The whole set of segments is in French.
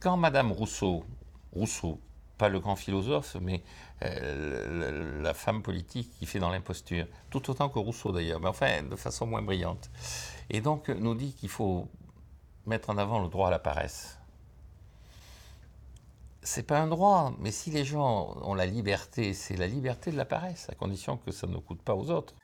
quand Madame Rousseau, pas le grand philosophe, mais la femme politique qui fait dans l'imposture, tout autant que Rousseau d'ailleurs, mais enfin de façon moins brillante, et donc nous dit qu'il faut mettre en avant le droit à la paresse. C'est pas un droit, mais si les gens ont la liberté, c'est la liberté de la paresse, à condition que ça ne coûte pas aux autres.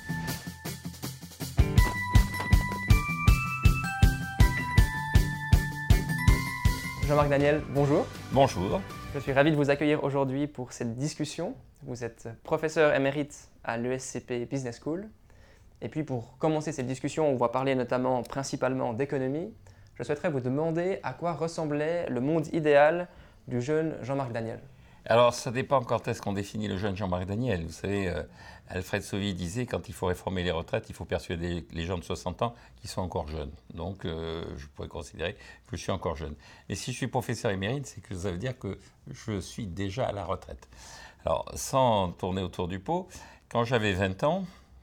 Jean-Marc Daniel, bonjour. Bonjour. Je suis ravi de vous accueillir aujourd'hui pour cette discussion. Vous êtes professeur émérite à l'ESCP Business School. Et puis pour commencer cette discussion, on va parler notamment principalement d'économie. Je souhaiterais vous demander à quoi ressemblait le monde idéal du jeune Jean-Marc Daniel. Alors, ça dépend quand est-ce qu'on définit le jeune Jean-Marc Daniel. Vous savez, Alfred Sauvy disait quand il faut réformer les retraites, il faut persuader les gens de 60 ans qu'ils sont encore jeunes. Donc, je pourrais considérer que je suis encore jeune. Et si je suis professeur émérite, c'est que ça veut dire que je suis déjà à la retraite. Alors, sans tourner autour du pot, quand j'avais 20 ans,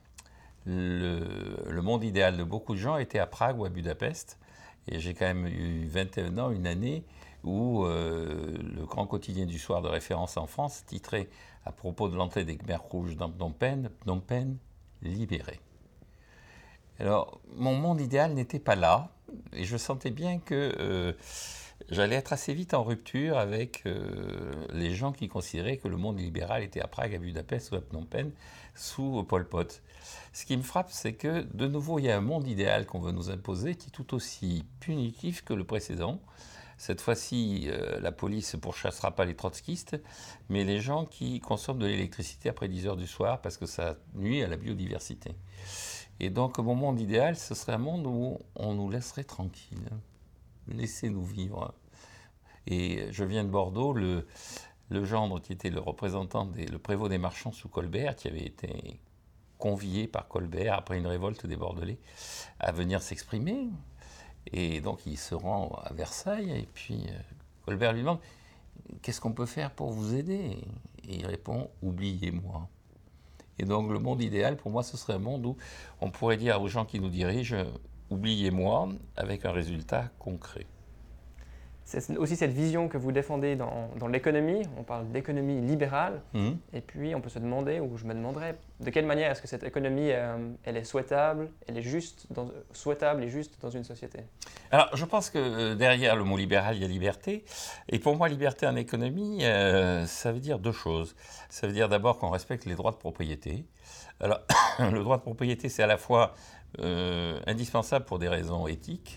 le monde idéal de beaucoup de gens était à Prague ou à Budapest. Et j'ai quand même eu 21 ans, une année où le grand quotidien du soir de référence en France titrait à propos de l'entrée des Khmers rouges dans Phnom Penh, libéré. Alors, mon monde idéal n'était pas là, et je sentais bien que j'allais être assez vite en rupture avec les gens qui considéraient que le monde libéral était à Prague, à Budapest ou à Phnom Penh, sous Pol Pot. Ce qui me frappe, c'est que, de nouveau, il y a un monde idéal qu'on veut nous imposer qui est tout aussi punitif que le précédent. Cette fois-ci, la police ne pourchassera pas les trotskistes, mais les gens qui consomment de l'électricité après 10 heures du soir parce que ça nuit à la biodiversité. Et donc, mon monde idéal, ce serait un monde où on nous laisserait tranquilles. Laissez-nous vivre. Et je viens de Bordeaux, le gendre qui était le représentant, le prévôt des marchands sous Colbert, qui avait été convié par Colbert, après une révolte des Bordelais, à venir s'exprimer. Et donc il se rend à Versailles, et puis Colbert lui demande « Qu'est-ce qu'on peut faire pour vous aider ?» Et il répond « Oubliez-moi ». Et donc le monde idéal, pour moi, ce serait un monde où on pourrait dire aux gens qui nous dirigent « Oubliez-moi » avec un résultat concret. C'est aussi cette vision que vous défendez dans l'économie. On parle d'économie libérale. Et puis, on peut se demander, ou je me demanderais, de quelle manière est-ce que cette économie, elle est souhaitable, elle est souhaitable et juste dans une société? Alors, je pense que derrière le mot libéral, il y a liberté. Et pour moi, liberté en économie, ça veut dire deux choses. Ça veut dire d'abord qu'on respecte les droits de propriété. Alors, le droit de propriété, c'est à la fois indispensable pour des raisons éthiques,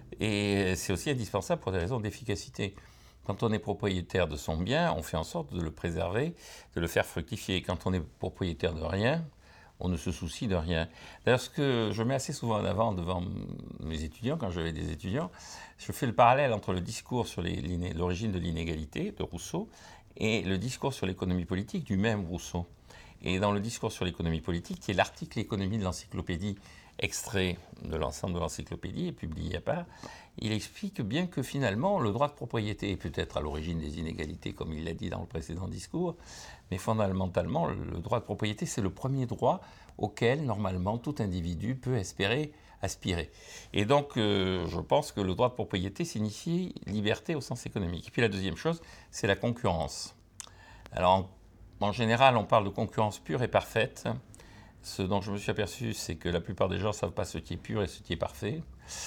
et c'est aussi indispensable pour des raisons d'efficacité. Quand on est propriétaire de son bien, on fait en sorte de le préserver, de le faire fructifier. Quand on est propriétaire de rien, on ne se soucie de rien. D'ailleurs, ce que je mets assez souvent en avant devant mes étudiants, quand j'avais des étudiants, je fais le parallèle entre le discours sur l'origine de l'inégalité de Rousseau et le discours sur l'économie politique du même Rousseau. Et dans le discours sur l'économie politique, qui est l'article économie de l'encyclopédie, extrait de l'ensemble de l'encyclopédie et publié à part, il explique bien que finalement le droit de propriété est peut-être à l'origine des inégalités, comme il l'a dit dans le précédent discours, mais fondamentalement le droit de propriété c'est le premier droit auquel normalement tout individu peut espérer aspirer. Et donc je pense que le droit de propriété signifie liberté au sens économique. Et puis la deuxième chose, c'est la concurrence. Alors en général on parle de concurrence pure et parfaite. Ce dont je me suis aperçu, c'est que la plupart des gens ne savent pas ce qui est pur et ce qui est parfait.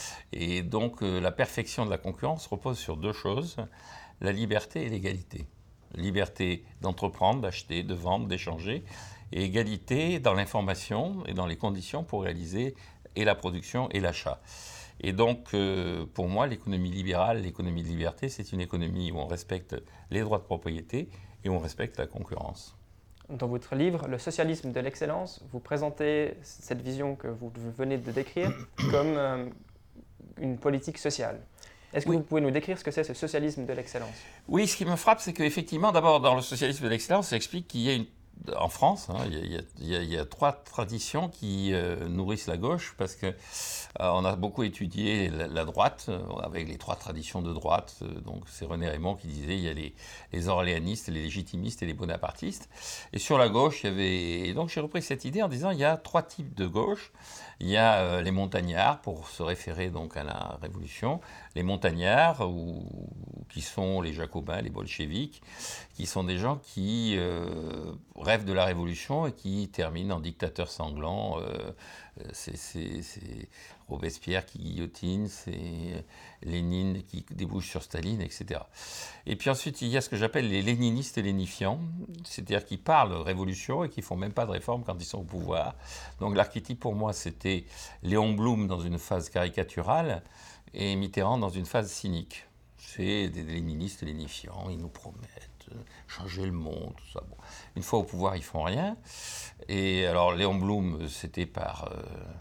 Et donc, la perfection de la concurrence repose sur deux choses, la liberté et l'égalité. Liberté d'entreprendre, d'acheter, de vendre, d'échanger, et égalité dans l'information et dans les conditions pour réaliser et la production et l'achat. Et donc, pour moi, l'économie libérale, l'économie de liberté, c'est une économie où on respecte les droits de propriété et où on respecte la concurrence. Dans votre livre, Le socialisme de l'excellence, vous présentez cette vision que vous venez de décrire comme une politique sociale. Est-ce que vous pouvez nous décrire ce que c'est ce socialisme de l'excellence? Oui, ce qui me frappe, c'est qu'effectivement, d'abord, dans le socialisme de l'excellence, ça explique qu'il y a en France, il y a trois traditions qui nourrissent la gauche, parce que on a beaucoup étudié la droite, avec les trois traditions de droite. Donc c'est René Raymond qui disait il y a les orléanistes, les légitimistes et les bonapartistes. Et sur la gauche, il y avait... Et donc j'ai repris cette idée en disant il y a trois types de gauche. Il y a les montagnards, pour se référer donc à la Révolution, les montagnards, qui sont les jacobins, les bolcheviks, qui sont des gens qui rêvent de la révolution et qui terminent en dictateurs sanglants. C'est Robespierre qui guillotine, c'est Lénine qui débouche sur Staline, etc. Et puis ensuite, il y a ce que j'appelle les léninistes lénifiants, c'est-à-dire qui parlent révolution et qui ne font même pas de réforme quand ils sont au pouvoir. Donc l'archétype pour moi, c'était Léon Blum dans une phase caricaturale et Mitterrand dans une phase cynique. C'est des léninistes lénifiants, ils nous promettent changer le monde, tout ça. Bon. Une fois au pouvoir, ils font rien. Et alors Léon Blum, c'était par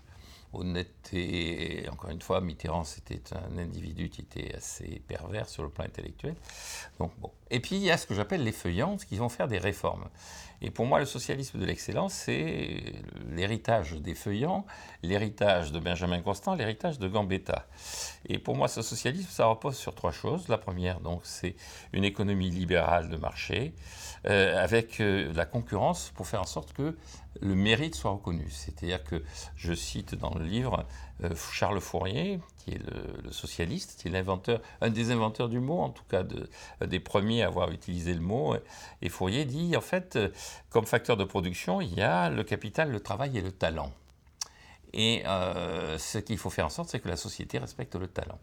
honnêteté. Encore une fois, Mitterrand, c'était un individu qui était assez pervers sur le plan intellectuel. Donc, bon. Et puis, il y a ce que j'appelle les feuillants, qui vont faire des réformes. Et pour moi, le socialisme de l'excellence, c'est l'héritage des feuillants, l'héritage de Benjamin Constant, l'héritage de Gambetta. Et pour moi, ce socialisme, ça repose sur 3 choses. La première, donc, c'est une économie libérale de marché, avec la concurrence pour faire en sorte que le mérite soit reconnu. C'est-à-dire que, je cite dans le livre Charles Fourier, qui est le socialiste, qui est un des inventeurs du mot, en tout cas des premiers à avoir utilisé le mot. Et Fourier dit, en fait, comme facteur de production, il y a le capital, le travail et le talent. Et ce qu'il faut faire en sorte, c'est que la société respecte le talent.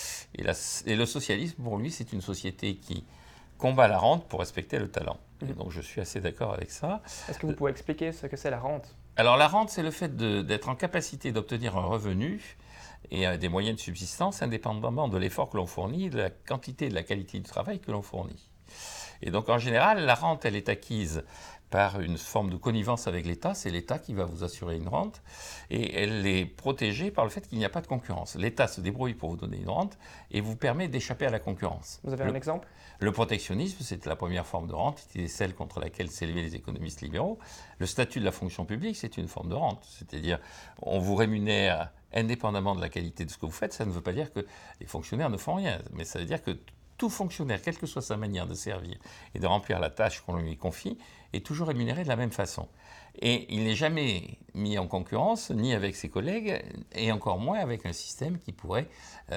Et le socialisme, pour lui, c'est une société qui combat la rente pour respecter le talent. Et donc je suis assez d'accord avec ça. Est-ce que vous pouvez expliquer ce que c'est la rente ? Alors la rente, c'est le fait d'être en capacité d'obtenir un revenu et des moyens de subsistance indépendamment de l'effort que l'on fournit, de la quantité et de la qualité du travail que l'on fournit. Et donc en général, la rente, elle est acquise par une forme de connivence avec l'État. C'est l'État qui va vous assurer une rente et elle est protégée par le fait qu'il n'y a pas de concurrence. L'État se débrouille pour vous donner une rente et vous permet d'échapper à la concurrence. Vous avez un exemple ? Le protectionnisme, c'est la première forme de rente, c'est celle contre laquelle s'élevaient les économistes libéraux. Le statut de la fonction publique, c'est une forme de rente. C'est-à-dire, on vous rémunère indépendamment de la qualité de ce que vous faites. Ça ne veut pas dire que les fonctionnaires ne font rien, mais ça veut dire que tout fonctionnaire, quelle que soit sa manière de servir et de remplir la tâche qu'on lui confie, est toujours rémunéré de la même façon. Et il n'est jamais mis en concurrence, ni avec ses collègues, et encore moins avec un système qui pourrait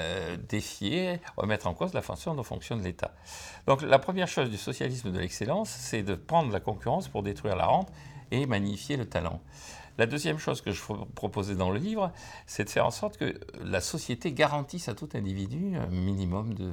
défier, remettre en cause la façon dont fonctionne l'État. Donc la première chose du socialisme de l'excellence, c'est de prendre la concurrence pour détruire la rente et magnifier le talent. La deuxième chose que je proposais dans le livre, c'est de faire en sorte que la société garantisse à tout individu un minimum de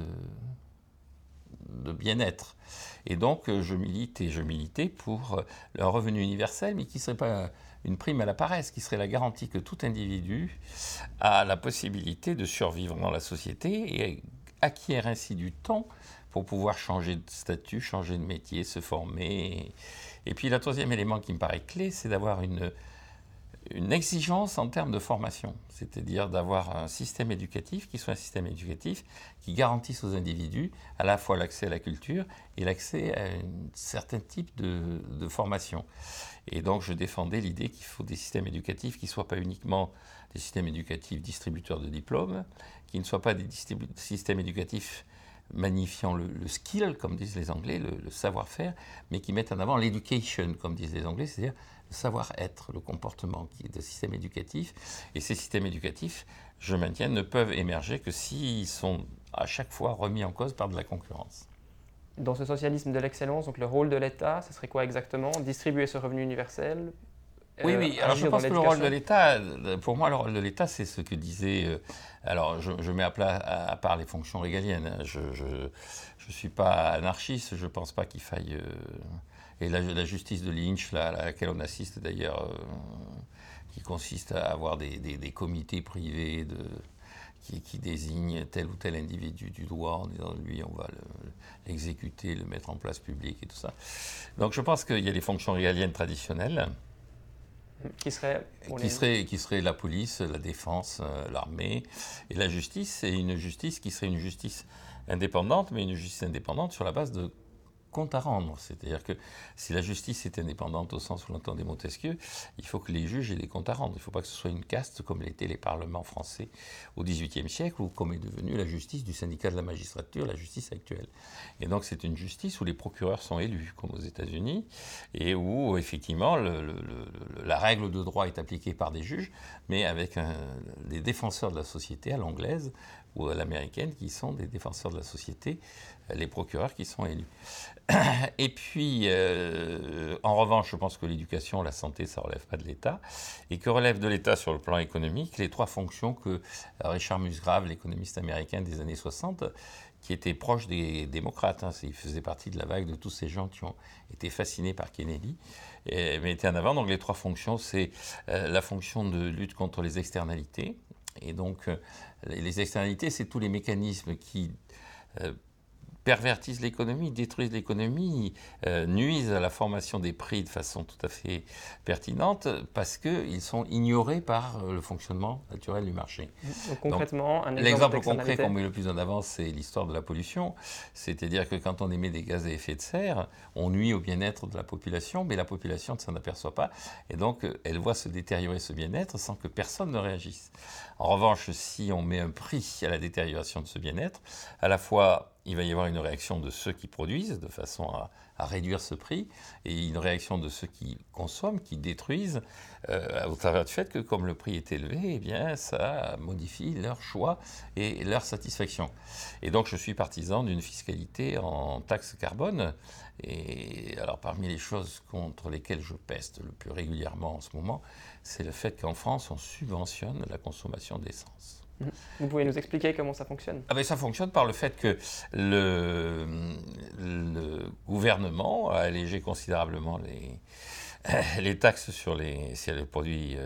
bien-être. Et donc, je militais pour un revenu universel, mais qui ne serait pas une prime à la paresse, qui serait la garantie que tout individu a la possibilité de survivre dans la société et acquiert ainsi du temps pour pouvoir changer de statut, changer de métier, se former. Et puis, le troisième élément qui me paraît clé, c'est d'avoir une exigence en termes de formation, c'est-à-dire d'avoir un système éducatif qui soit un système éducatif qui garantisse aux individus à la fois l'accès à la culture et l'accès à un certain type de formation. Et donc je défendais l'idée qu'il faut des systèmes éducatifs qui ne soient pas uniquement des systèmes éducatifs distributeurs de diplômes, qui ne soient pas des systèmes éducatifs magnifiant le skill, comme disent les Anglais, le savoir-faire, mais qui mettent en avant l'education, comme disent les Anglais, c'est-à-dire le savoir-être, le comportement qui est de système éducatif. Et ces systèmes éducatifs, je maintiens, ne peuvent émerger que s'ils sont à chaque fois remis en cause par de la concurrence. Dans ce socialisme de l'excellence, donc le rôle de l'État, ce serait quoi exactement ? Distribuer ce revenu universel ? Oui. Alors je pense que le rôle de l'État, pour moi, le rôle de l'État, c'est ce que disait. Alors je mets à part les fonctions régaliennes. Je ne suis pas anarchiste. Je ne pense pas qu'il faille. Et la justice de Lynch, à laquelle on assiste d'ailleurs, qui consiste à avoir des comités privés qui désignent tel ou tel individu du doigt en disant lui on va l'exécuter, le mettre en place publique et tout ça. Donc je pense qu'il y a les fonctions régaliennes traditionnelles. Qui serait la police, la défense, l'armée. Et la justice, c'est une justice qui serait une justice indépendante, mais une justice indépendante sur la base de compte à rendre. C'est-à-dire que si la justice est indépendante au sens où l'entendait Montesquieu, il faut que les juges aient des comptes à rendre. Il ne faut pas que ce soit une caste comme l'étaient les parlements français au XVIIIe siècle ou comme est devenue la justice du syndicat de la magistrature, la justice actuelle. Et donc c'est une justice où les procureurs sont élus, comme aux États-Unis, et où effectivement la règle de droit est appliquée par des juges, mais avec des défenseurs de la société à l'anglaise ou à l'américaine qui sont des défenseurs de la société, les procureurs qui sont élus. Et puis, en revanche, je pense que l'éducation, la santé, ça ne relève pas de l'État, et que relève de l'État sur le plan économique les trois fonctions que Richard Musgrave, l'économiste américain des années 60, qui était proche des démocrates, il faisait partie de la vague de tous ces gens qui ont été fascinés par Kennedy, mettait en avant. Donc les trois fonctions, c'est la fonction de lutte contre les externalités, et donc les externalités, c'est tous les mécanismes qui pervertissent l'économie, détruisent l'économie, nuisent à la formation des prix de façon tout à fait pertinente parce qu'ils sont ignorés par le fonctionnement naturel du marché. Donc concrètement, un l'exemple concret qu'on met le plus en avant, c'est l'histoire de la pollution. C'est-à-dire que quand on émet des gaz à effet de serre, on nuit au bien-être de la population, mais la population ne s'en aperçoit pas. Et donc, elle voit se détériorer ce bien-être sans que personne ne réagisse. En revanche, si on met un prix à la détérioration de ce bien-être, à la fois il va y avoir une réaction de ceux qui produisent de façon à réduire ce prix et une réaction de ceux qui consomment, qui détruisent au travers du fait que comme le prix est élevé, eh bien, ça modifie leur choix et leur satisfaction. Et donc je suis partisan d'une fiscalité en taxe carbone. Et alors parmi les choses contre lesquelles je peste le plus régulièrement en ce moment, c'est le fait qu'en France on subventionne la consommation d'essence. Vous pouvez nous expliquer comment ça fonctionne ? Ça fonctionne par le fait que le gouvernement a allégé considérablement les taxes sur les produits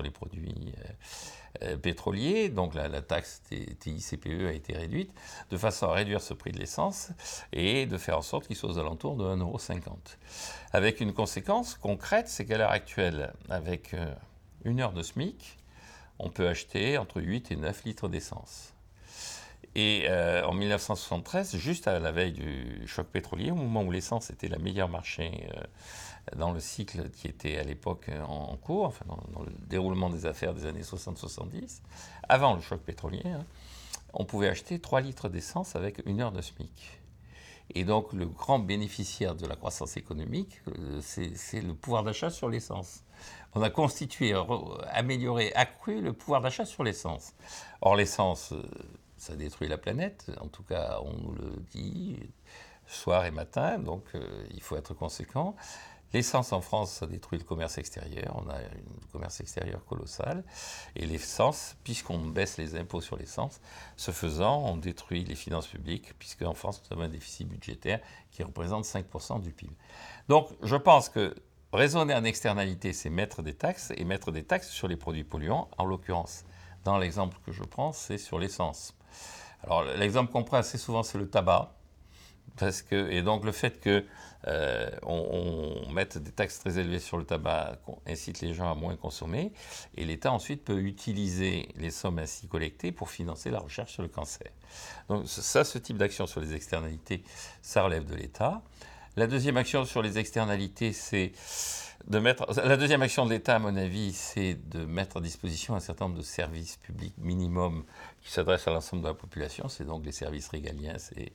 pétroliers. Donc la taxe TICPE a été réduite de façon à réduire ce prix de l'essence et de faire en sorte qu'il soit aux alentours de 1,50 €. Avec une conséquence concrète, c'est qu'à l'heure actuelle, avec une heure de SMIC, on peut acheter entre 8 et 9 litres d'essence. Et en 1973, juste à la veille du choc pétrolier, au moment où l'essence était la meilleure marché dans le cycle qui était à l'époque en cours, enfin dans le déroulement des affaires des années 60-70, avant le choc pétrolier, on pouvait acheter 3 litres d'essence avec une heure de SMIC. Et donc le grand bénéficiaire de la croissance économique, c'est le pouvoir d'achat sur l'essence. On a constitué, amélioré, accru le pouvoir d'achat sur l'essence. Or l'essence, ça détruit la planète, en tout cas on nous le dit soir et matin, donc il faut être conséquent. L'essence en France, ça détruit le commerce extérieur, on a un commerce extérieur colossal, et l'essence, puisqu'on baisse les impôts sur l'essence, ce faisant, on détruit les finances publiques, puisqu'en France, nous avons un déficit budgétaire qui représente 5% du PIB. Donc je pense que raisonner en externalité, c'est mettre des taxes, et mettre des taxes sur les produits polluants, en l'occurrence. Dans l'exemple que je prends, c'est sur l'essence. Alors l'exemple qu'on prend assez souvent, c'est le tabac. Et donc le fait qu'on mette des taxes très élevées sur le tabac incite les gens à moins consommer, et l'État ensuite peut utiliser les sommes ainsi collectées pour financer la recherche sur le cancer. Donc ça, ce type d'action sur les externalités, ça relève de l'État. La deuxième action sur les externalités, c'est la deuxième action de l'État, à mon avis, c'est de mettre à disposition un certain nombre de services publics minimums qui s'adressent à l'ensemble de la population. C'est donc les services régaliens, c'est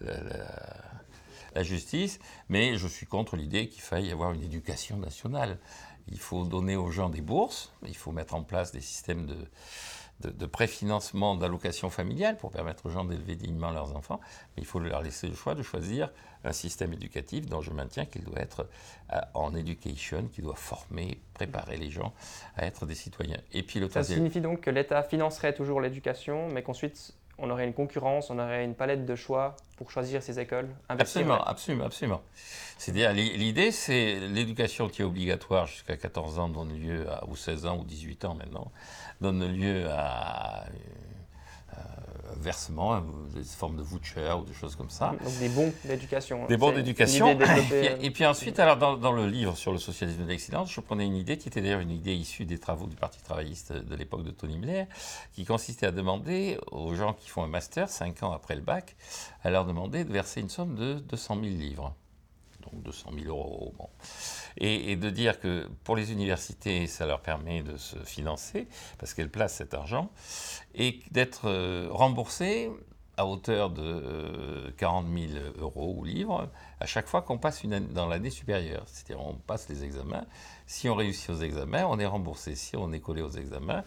la justice. Mais je suis contre l'idée qu'il faille y avoir une éducation nationale. Il faut donner aux gens des bourses, il faut mettre en place des systèmes de préfinancement d'allocations familiales pour permettre aux gens d'élever dignement leurs enfants. Mais il faut leur laisser le choix de choisir un système éducatif dont je maintiens qu'il doit être en education, qui doit former, préparer les gens à être des citoyens. Et puis ça signifie donc que l'État financerait toujours l'éducation, mais qu'ensuite on aurait une concurrence, on aurait une palette de choix pour choisir ses écoles, investir. Absolument. C'est-à-dire, l'idée, c'est l'éducation qui est obligatoire jusqu'à 14 ans, ou 16 ans, ou 18 ans maintenant, donne lieu à versement, des formes de vouchers ou des choses comme ça. Donc des bons d'éducation. Des bons d'éducation. Et puis ensuite, alors dans le livre sur le socialisme de l'excellence, je prenais une idée qui était d'ailleurs une idée issue des travaux du Parti travailliste de l'époque de Tony Blair, qui consistait à demander aux gens qui font un master, 5 ans après le bac, à leur demander de verser une somme de 200 000 livres. donc 200 000 euros. Bon. Et de dire que pour les universités, ça leur permet de se financer, parce qu'elles placent cet argent, et d'être remboursées à hauteur de 40 000 euros ou livres à chaque fois qu'on passe dans l'année supérieure. C'est-à-dire on passe les examens. Si on réussit aux examens, on est remboursé. Si on est collé aux examens,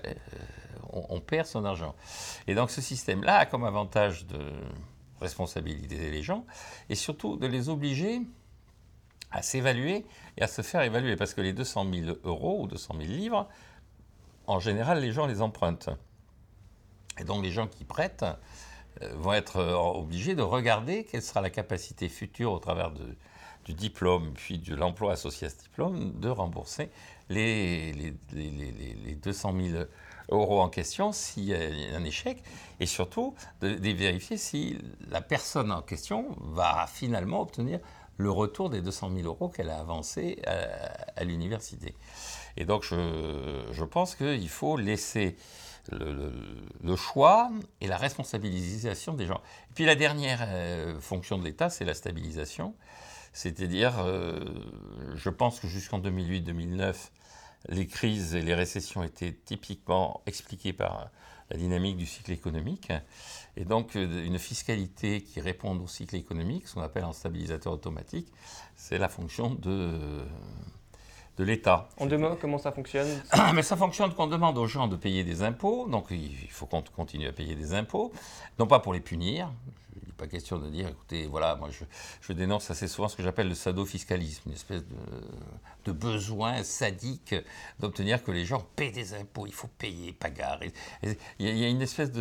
on perd son argent. Et donc ce système-là a comme avantage de responsabiliser les gens et surtout de les obliger à s'évaluer et à se faire évaluer. Parce que les 200 000 euros ou 200 000 livres, en général, les gens les empruntent. Et donc les gens qui prêtent vont être obligés de regarder quelle sera la capacité future au travers du diplôme, puis de l'emploi associé à ce diplôme, de rembourser les 200 000 euros en question s'il y a un échec, et surtout de vérifier si la personne en question va finalement obtenir le retour des 200 000 euros qu'elle a avancés à l'université. Et donc je pense qu'il faut laisser le choix et la responsabilisation des gens. Et puis la dernière fonction de l'État, c'est la stabilisation. C'est-à-dire, je pense que jusqu'en 2008-2009, les crises et les récessions étaient typiquement expliquées par la dynamique du cycle économique. Et donc, une fiscalité qui réponde au cycle économique, ce qu'on appelle un stabilisateur automatique, c'est la fonction de l'État. En deux mots, comment ça fonctionne? Mais ça fonctionne qu'on demande aux gens de payer des impôts, donc il faut qu'on continue à payer des impôts, non pas pour les punir. Il n'est pas question de dire, écoutez, voilà, moi je dénonce assez souvent ce que j'appelle le sadofiscalisme, une espèce de besoin sadique d'obtenir que les gens paient des impôts, il faut payer, pagare. Il y a une espèce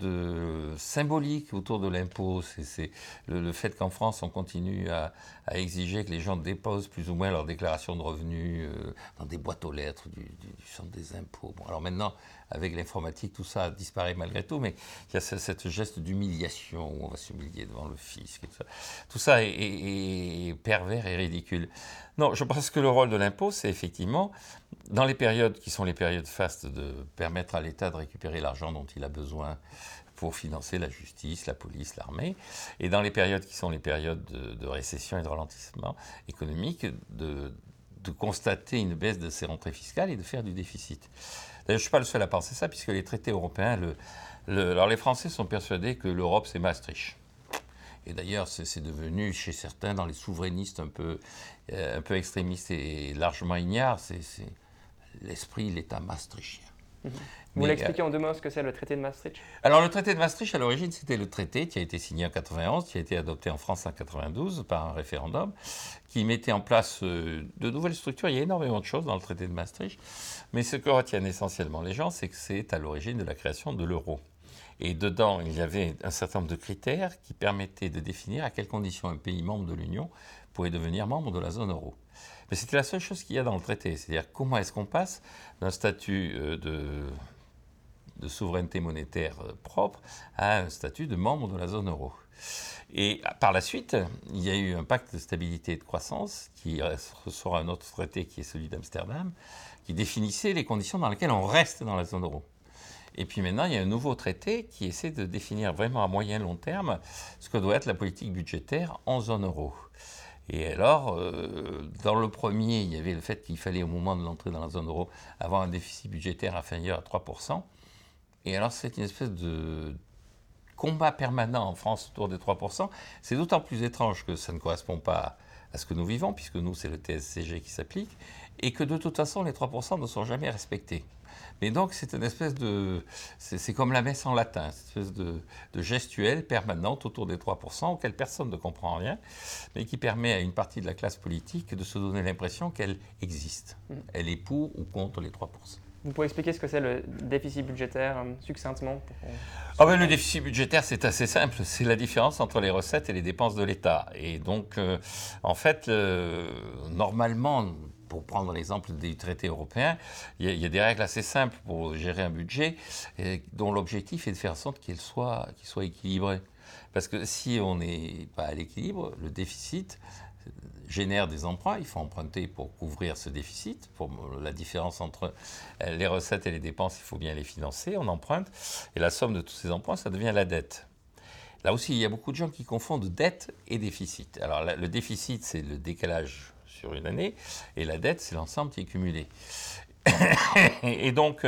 de symbolique autour de l'impôt, c'est le fait qu'en France on continue à exiger que les gens déposent plus ou moins leur déclaration de revenus dans des boîtes aux lettres du centre des impôts. Bon, alors maintenant, avec l'informatique, tout ça disparaît malgré tout, mais il y a ce geste d'humiliation où on va s'humilier devant le fisc. Et tout ça, tout ça est pervers et ridicule. Non, je pense que le rôle de l'impôt, c'est effectivement, dans les périodes qui sont les périodes fastes, de permettre à l'État de récupérer l'argent dont il a besoin pour financer la justice, la police, l'armée, et dans les périodes qui sont les périodes de récession et de ralentissement économique, de constater une baisse de ses rentrées fiscales et de faire du déficit. D'ailleurs, je ne suis pas le seul à penser ça, puisque les traités européens, alors les Français sont persuadés que l'Europe, c'est Maastricht. Et d'ailleurs, c'est devenu, chez certains, dans les souverainistes un peu extrémistes et largement ignares, c'est l'esprit, l'État maastrichtien. Vous l'expliquez en deux mots ce que c'est le traité de Maastricht? Alors le traité de Maastricht, à l'origine, c'était le traité qui a été signé en 91, qui a été adopté en France en 92 par un référendum, qui mettait en place de nouvelles structures. Il y a énormément de choses dans le traité de Maastricht, mais ce que retiennent essentiellement les gens, c'est que c'est à l'origine de la création de l'euro. Et dedans, il y avait un certain nombre de critères qui permettaient de définir à quelles conditions un pays membre de l'Union pourrait devenir membre de la zone euro. Mais c'était la seule chose qu'il y a dans le traité, c'est-à-dire comment est-ce qu'on passe d'un statut de souveraineté monétaire propre à un statut de membre de la zone euro. Et par la suite, il y a eu un pacte de stabilité et de croissance qui ressort un autre traité qui est celui d'Amsterdam, qui définissait les conditions dans lesquelles on reste dans la zone euro. Et puis maintenant, il y a un nouveau traité qui essaie de définir vraiment à moyen long terme ce que doit être la politique budgétaire en zone euro. Et alors, dans le premier, il y avait le fait qu'il fallait au moment de l'entrée dans la zone euro avoir un déficit budgétaire inférieur à 3%. Et alors, c'est une espèce de combat permanent en France autour des 3%. C'est d'autant plus étrange que ça ne correspond pas à ce que nous vivons, puisque nous, c'est le TSCG qui s'applique, et que de toute façon, les 3% ne sont jamais respectés. Mais donc, c'est une espèce de... C'est comme la messe en latin, une espèce de gestuelle permanente autour des 3%, auquel personne ne comprend rien, mais qui permet à une partie de la classe politique de se donner l'impression qu'elle existe. Elle est pour ou contre les 3%. Vous pouvez expliquer ce que c'est le déficit budgétaire succinctement Le déficit budgétaire, c'est assez simple. C'est la différence entre les recettes et les dépenses de l'État. Et donc, en fait, normalement, pour prendre l'exemple des traités européens, il y a des règles assez simples pour gérer un budget dont l'objectif est de faire en sorte qu'il soit équilibré. Parce que si on n'est pas à l'équilibre, le déficit génère des emprunts, il faut emprunter pour couvrir ce déficit, pour la différence entre les recettes et les dépenses, il faut bien les financer, on emprunte, et la somme de tous ces emprunts, ça devient la dette. Là aussi, il y a beaucoup de gens qui confondent dette et déficit. Alors, le déficit, c'est le décalage sur une année, et la dette, c'est l'ensemble qui est cumulé. Et donc,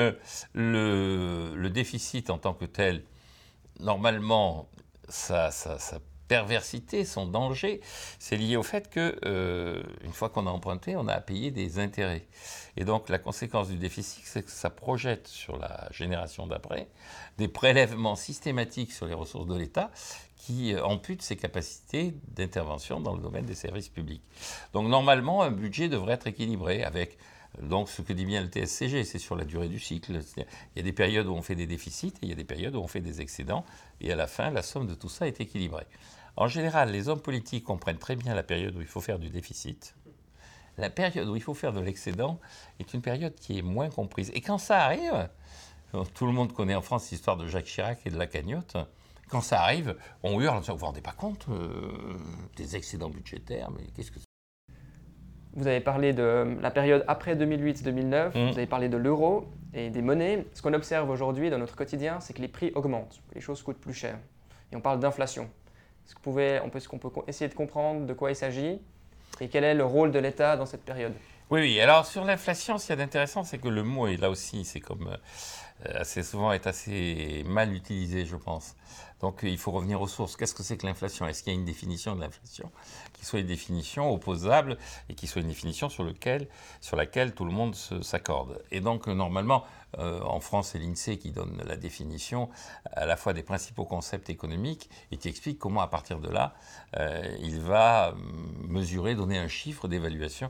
le déficit en tant que tel, normalement, sa perversité, son danger, c'est lié au fait que, une fois qu'on a emprunté, on a à payer des intérêts. Et donc, la conséquence du déficit, c'est que ça projette sur la génération d'après des prélèvements systématiques sur les ressources de l'État qui amputent ses capacités d'intervention dans le domaine des services publics. Donc, normalement, un budget devrait être équilibré avec donc, ce que dit bien le TSCG, c'est sur la durée du cycle. Il y a des périodes où on fait des déficits et il y a des périodes où on fait des excédents. Et à la fin, la somme de tout ça est équilibrée. En général, les hommes politiques comprennent très bien la période où il faut faire du déficit. La période où il faut faire de l'excédent est une période qui est moins comprise. Et quand ça arrive, tout le monde connaît en France l'histoire de Jacques Chirac et de la cagnotte. Quand ça arrive, on hurle, vous ne vous rendez pas compte des excédents budgétaires, mais qu'est-ce que c'est ? Vous avez parlé de la période après 2008-2009, vous avez parlé de l'euro et des monnaies. Ce qu'on observe aujourd'hui dans notre quotidien, c'est que les prix augmentent, que les choses coûtent plus cher. Et on parle d'inflation. Est-ce qu'on peut essayer de comprendre de quoi il s'agit et quel est le rôle de l'État dans cette période ? Oui. Alors sur l'inflation, ce qu'il y a d'intéressant, c'est que le mot, et là aussi, c'est comme assez souvent est assez mal utilisé, je pense. Donc il faut revenir aux sources. Qu'est-ce que c'est que l'inflation ? Est-ce qu'il y a une définition de l'inflation qui soit une définition opposable et qui soit une définition sur laquelle tout le monde s'accorde ? Et donc normalement, en France, c'est l'INSEE qui donne la définition à la fois des principaux concepts économiques et qui explique comment à partir de là, il va mesurer, donner un chiffre d'évaluation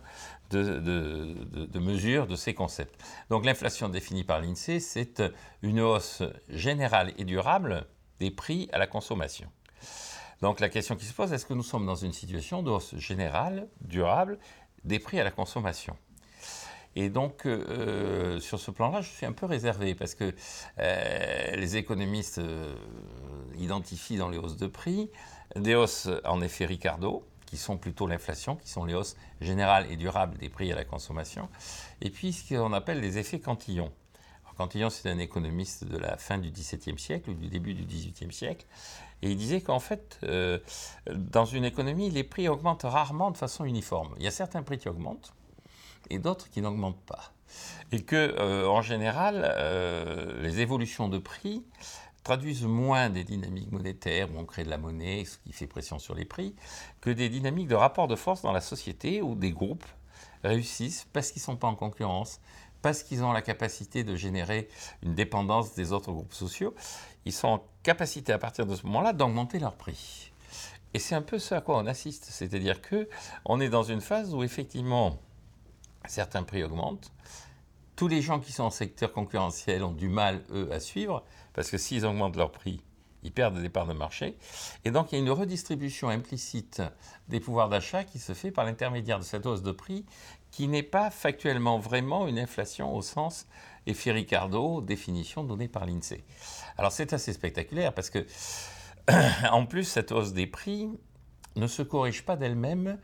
de mesure de ces concepts. Donc l'inflation définie par l'INSEE, c'est une hausse générale et durable des prix à la consommation. Donc la question qui se pose, est-ce que nous sommes dans une situation de hausse générale, durable, des prix à la consommation ? Et donc, sur ce plan-là, je suis un peu réservé parce que les économistes identifient dans les hausses de prix des hausses en effet Ricardo, qui sont plutôt l'inflation, qui sont les hausses générales et durables des prix à la consommation, et puis ce qu'on appelle les effets Cantillon. Cantillon, c'est un économiste de la fin du XVIIe siècle ou du début du XVIIIe siècle. Et il disait qu'en fait, dans une économie, les prix augmentent rarement de façon uniforme. Il y a certains prix qui augmentent et d'autres qui n'augmentent pas. Et que, en général, les évolutions de prix traduisent moins des dynamiques monétaires où on crée de la monnaie, ce qui fait pression sur les prix, que des dynamiques de rapport de force dans la société où des groupes réussissent parce qu'ils ne sont pas en concurrence, parce qu'ils ont la capacité de générer une dépendance des autres groupes sociaux, ils sont en capacité à partir de ce moment-là d'augmenter leurs prix. Et c'est un peu ce à quoi on assiste, c'est-à-dire qu'on est dans une phase où effectivement certains prix augmentent, tous les gens qui sont en secteur concurrentiel ont du mal, eux, à suivre, parce que s'ils augmentent leurs prix, ils perdent des parts de marché. Et donc, il y a une redistribution implicite des pouvoirs d'achat qui se fait par l'intermédiaire de cette hausse de prix qui n'est pas factuellement vraiment une inflation au sens effet Ricardo, définition donnée par l'INSEE. Alors, c'est assez spectaculaire parce que, en plus, cette hausse des prix ne se corrige pas d'elle-même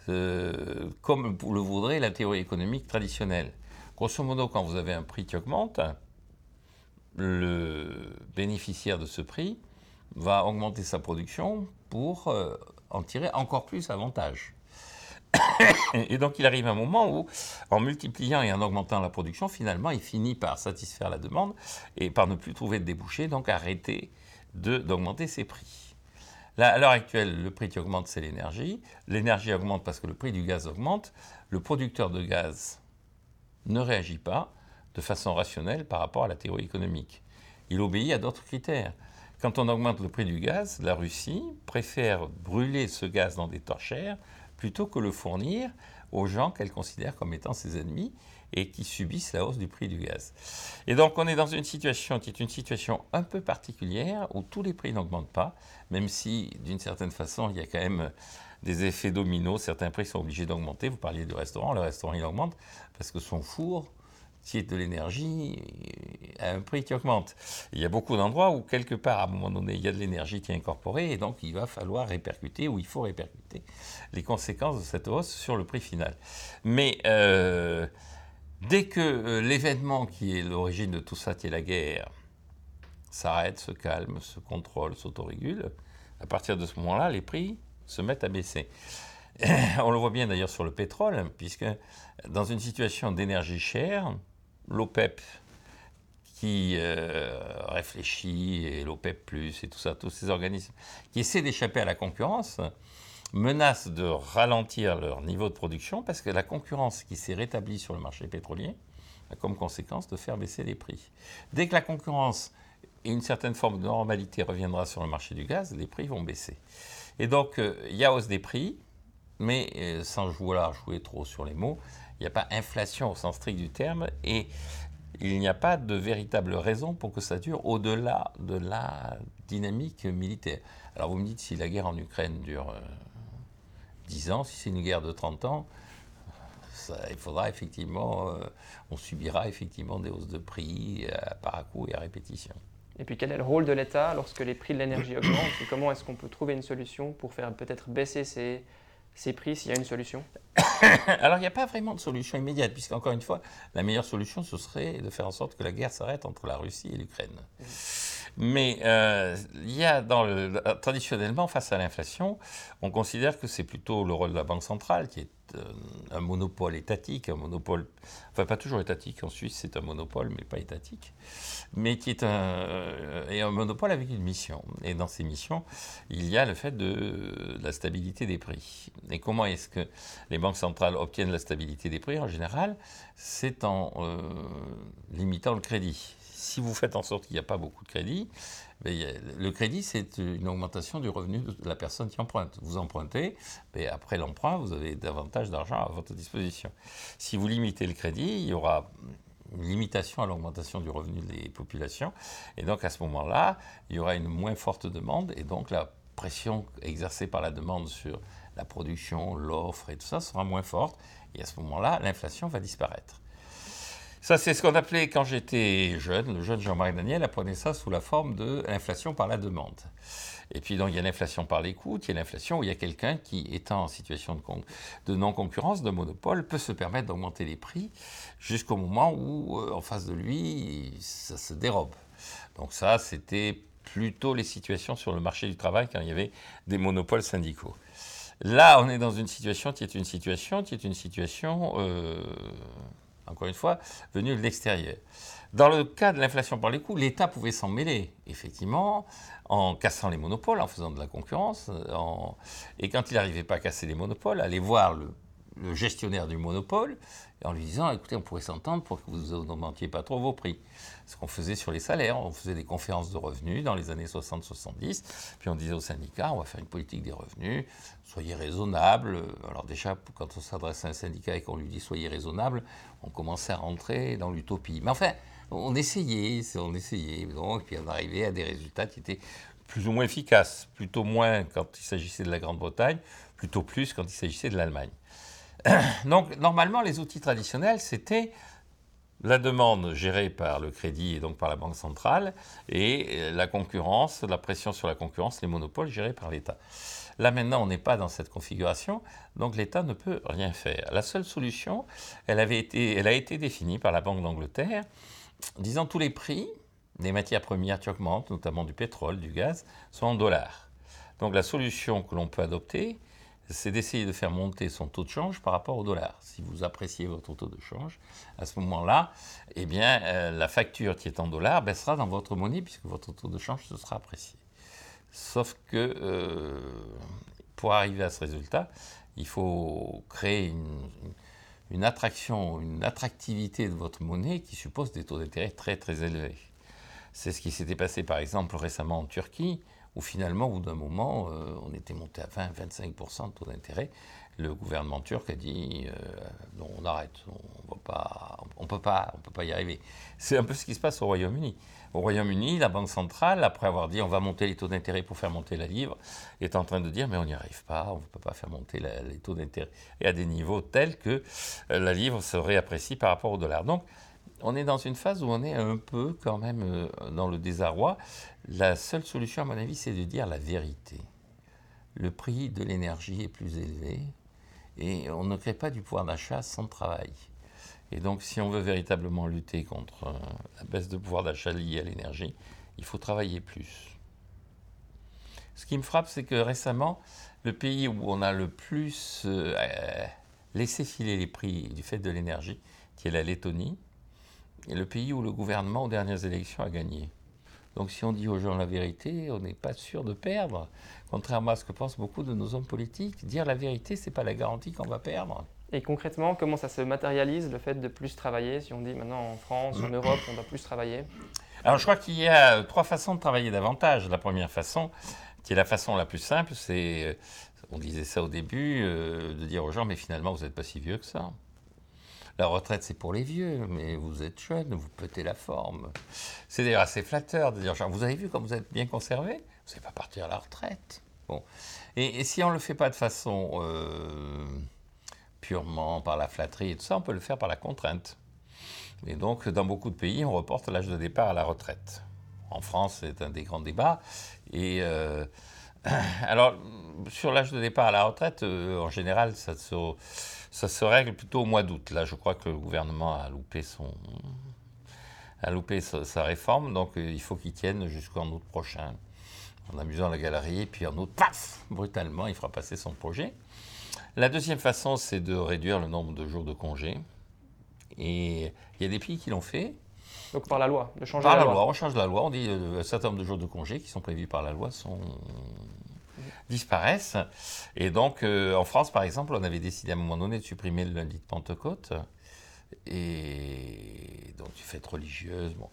comme le voudrait la théorie économique traditionnelle. Grosso modo, quand vous avez un prix qui augmente, le bénéficiaire de ce prix va augmenter sa production pour en tirer encore plus avantage. Et donc il arrive un moment où, en multipliant et en augmentant la production, finalement, il finit par satisfaire la demande et par ne plus trouver de débouchés, donc arrêter d'augmenter ses prix. Là, à l'heure actuelle, le prix qui augmente, c'est l'énergie. L'énergie augmente parce que le prix du gaz augmente. Le producteur de gaz ne réagit pas de façon rationnelle par rapport à la théorie économique. Il obéit à d'autres critères. Quand on augmente le prix du gaz, la Russie préfère brûler ce gaz dans des torchères plutôt que le fournir aux gens qu'elle considère comme étant ses ennemis et qui subissent la hausse du prix du gaz. Et donc on est dans une situation qui est une situation un peu particulière où tous les prix n'augmentent pas, même si d'une certaine façon il y a quand même des effets dominos, certains prix sont obligés d'augmenter. Vous parliez du restaurant, le restaurant il augmente parce que son four qui est de l'énergie à un prix qui augmente. Il y a beaucoup d'endroits où, quelque part, à un moment donné, il y a de l'énergie qui est incorporée et donc il va falloir répercuter, ou il faut répercuter, les conséquences de cette hausse sur le prix final. Mais dès que l'événement qui est l'origine de tout ça, qui est la guerre, s'arrête, se calme, se contrôle, s'autorégule, À partir de ce moment-là, les prix se mettent à baisser. On le voit bien d'ailleurs sur le pétrole, puisque dans une situation d'énergie chère, l'OPEP qui réfléchit, et l'OPEP+, et tout ça, tous ces organismes qui essaient d'échapper à la concurrence, menacent de ralentir leur niveau de production, parce que la concurrence qui s'est rétablie sur le marché pétrolier a comme conséquence de faire baisser les prix. Dès que la concurrence et une certaine forme de normalité reviendra sur le marché du gaz, les prix vont baisser. Et donc, il y a hausse des prix, mais sans jouer trop sur les mots, il n'y a pas inflation au sens strict du terme, et il n'y a pas de véritable raison pour que ça dure au-delà de la dynamique militaire. Alors vous me dites, si la guerre en Ukraine dure 10 ans, si c'est une guerre de 30 ans, il faudra effectivement, on subira effectivement des hausses de prix par à-coup et à répétition. Et puis quel est le rôle de l'État lorsque les prix de l'énergie augmentent et comment est-ce qu'on peut trouver une solution pour faire peut-être baisser ces prix s'il y a une solution? Alors il n'y a pas vraiment de solution immédiate, puisqu'encore une fois, la meilleure solution, ce serait de faire en sorte que la guerre s'arrête entre la Russie et l'Ukraine. Mais il y a traditionnellement, face à l'inflation, on considère que c'est plutôt le rôle de la Banque centrale, qui est un monopole étatique, enfin pas toujours étatique, en Suisse c'est un monopole, mais pas étatique, mais qui est un monopole avec une mission. Et dans ces missions, il y a le fait de la stabilité des prix. Et comment est-ce que les banques centrales obtiennent la stabilité des prix? En général, c'est en limitant le crédit. Si vous faites en sorte qu'il n'y a pas beaucoup de crédit, le crédit, c'est une augmentation du revenu de la personne qui emprunte. Vous empruntez, mais après l'emprunt, vous avez davantage d'argent à votre disposition. Si vous limitez le crédit, il y aura une limitation à l'augmentation du revenu des populations. Et donc, à ce moment-là, il y aura une moins forte demande. Et donc, la pression exercée par la demande sur la production, l'offre et tout ça sera moins forte. Et à ce moment-là, l'inflation va disparaître. Ça, c'est ce qu'on appelait, quand j'étais jeune, le jeune Jean-Marc Daniel apprenait ça sous la forme de l'inflation par la demande. Et puis, donc, il y a l'inflation par l'écoute, il y a l'inflation où il y a quelqu'un qui, étant en situation de non-concurrence, de monopole, peut se permettre d'augmenter les prix jusqu'au moment où, en face de lui, ça se dérobe. Donc ça, c'était plutôt les situations sur le marché du travail quand il y avait des monopoles syndicaux. Là, on est dans une situation qui est une situation, encore une fois, venue de l'extérieur. Dans le cas de l'inflation par les coûts, l'État pouvait s'en mêler, effectivement, en cassant les monopoles, en faisant de la concurrence. Et quand il n'arrivait pas à casser les monopoles, aller voir le gestionnaire du monopole en lui disant, écoutez, on pourrait s'entendre pour que vous n'augmentiez pas trop vos prix. Ce qu'on faisait sur les salaires, on faisait des conférences de revenus dans les années 60-70, puis on disait aux syndicats, on va faire une politique des revenus, soyez raisonnables. Alors déjà, quand on s'adresse à un syndicat et qu'on lui dit soyez raisonnable, on commençait à rentrer dans l'utopie. Mais enfin, on essayait, donc, et puis on arrivait à des résultats qui étaient plus ou moins efficaces, plutôt moins quand il s'agissait de la Grande-Bretagne, plutôt plus quand il s'agissait de l'Allemagne. Donc, normalement, les outils traditionnels, c'était la demande gérée par le crédit et donc par la Banque centrale, et la concurrence, la pression sur la concurrence, les monopoles gérés par l'État. Là, maintenant, on n'est pas dans cette configuration, donc l'État ne peut rien faire. La seule solution, elle a été définie par la Banque d'Angleterre, disant tous les prix des matières premières qui augmentent, notamment du pétrole, du gaz, sont en dollars. Donc la solution que l'on peut adopter, c'est d'essayer de faire monter son taux de change par rapport au dollar. Si vous appréciez votre taux de change, à ce moment-là, eh bien, la facture qui est en dollars baissera dans votre monnaie puisque votre taux de change se sera apprécié. Sauf que pour arriver à ce résultat, il faut créer une attraction, une attractivité de votre monnaie qui suppose des taux d'intérêt très très élevés. C'est ce qui s'était passé par exemple récemment en Turquie, où finalement, au bout d'un moment, on était monté à 20-25% de taux d'intérêt. Le gouvernement turc a dit non, on arrête, on peut pas y arriver. C'est un peu ce qui se passe au Royaume-Uni. Au Royaume-Uni, la Banque centrale, après avoir dit on va monter les taux d'intérêt pour faire monter la livre, est en train de dire mais on n'y arrive pas, on ne peut pas faire monter les taux d'intérêt à des niveaux tels que la livre se réapprécie par rapport au dollar. Donc, on est dans une phase où on est un peu quand même dans le désarroi. La seule solution, à mon avis, c'est de dire la vérité. Le prix de l'énergie est plus élevé et on ne crée pas du pouvoir d'achat sans travail. Et donc, si on veut véritablement lutter contre la baisse de pouvoir d'achat liée à l'énergie, il faut travailler plus. Ce qui me frappe, c'est que récemment, le pays où on a le plus laissé filer les prix du fait de l'énergie, qui est la Lettonie, est le pays où le gouvernement, aux dernières élections, a gagné. Donc si on dit aux gens la vérité, on n'est pas sûr de perdre. Contrairement à ce que pensent beaucoup de nos hommes politiques, dire la vérité, ce n'est pas la garantie qu'on va perdre. Et concrètement, comment ça se matérialise, le fait de plus travailler? Si on dit maintenant en France, en Europe, on doit plus travailler. Alors je crois qu'il y a 3 façons de travailler davantage. La première façon, qui est la façon la plus simple, c'est, on disait ça au début, de dire aux gens, mais finalement vous n'êtes pas si vieux que ça. La retraite, c'est pour les vieux, mais vous êtes jeune, vous pétez la forme. C'est d'ailleurs assez flatteur de dire, genre, vous avez vu comme vous êtes bien conservé, vous n'allez pas partir à la retraite. Bon. Et si on ne le fait pas de façon purement par la flatterie et tout ça, on peut le faire par la contrainte. Et donc, dans beaucoup de pays, on reporte l'âge de départ à la retraite. En France, c'est un des grands débats. Et alors, sur l'âge de départ à la retraite, en général, ça se règle plutôt au mois d'août. Là, je crois que le gouvernement a loupé sa réforme, donc il faut qu'il tienne jusqu'en août prochain, en amusant la galerie, puis en août, paf, brutalement, il fera passer son projet. La deuxième façon, c'est de réduire le nombre de jours de congé. Et il y a des pays qui l'ont fait. Donc par la loi, de changer Par la la loi, loi. on change la loi, on dit un certain nombre de jours de congé qui sont prévus par la loi disparaissent. Et donc, en France, par exemple, on avait décidé à un moment donné de supprimer le lundi de Pentecôte. Et donc, une fête religieuse. Bon.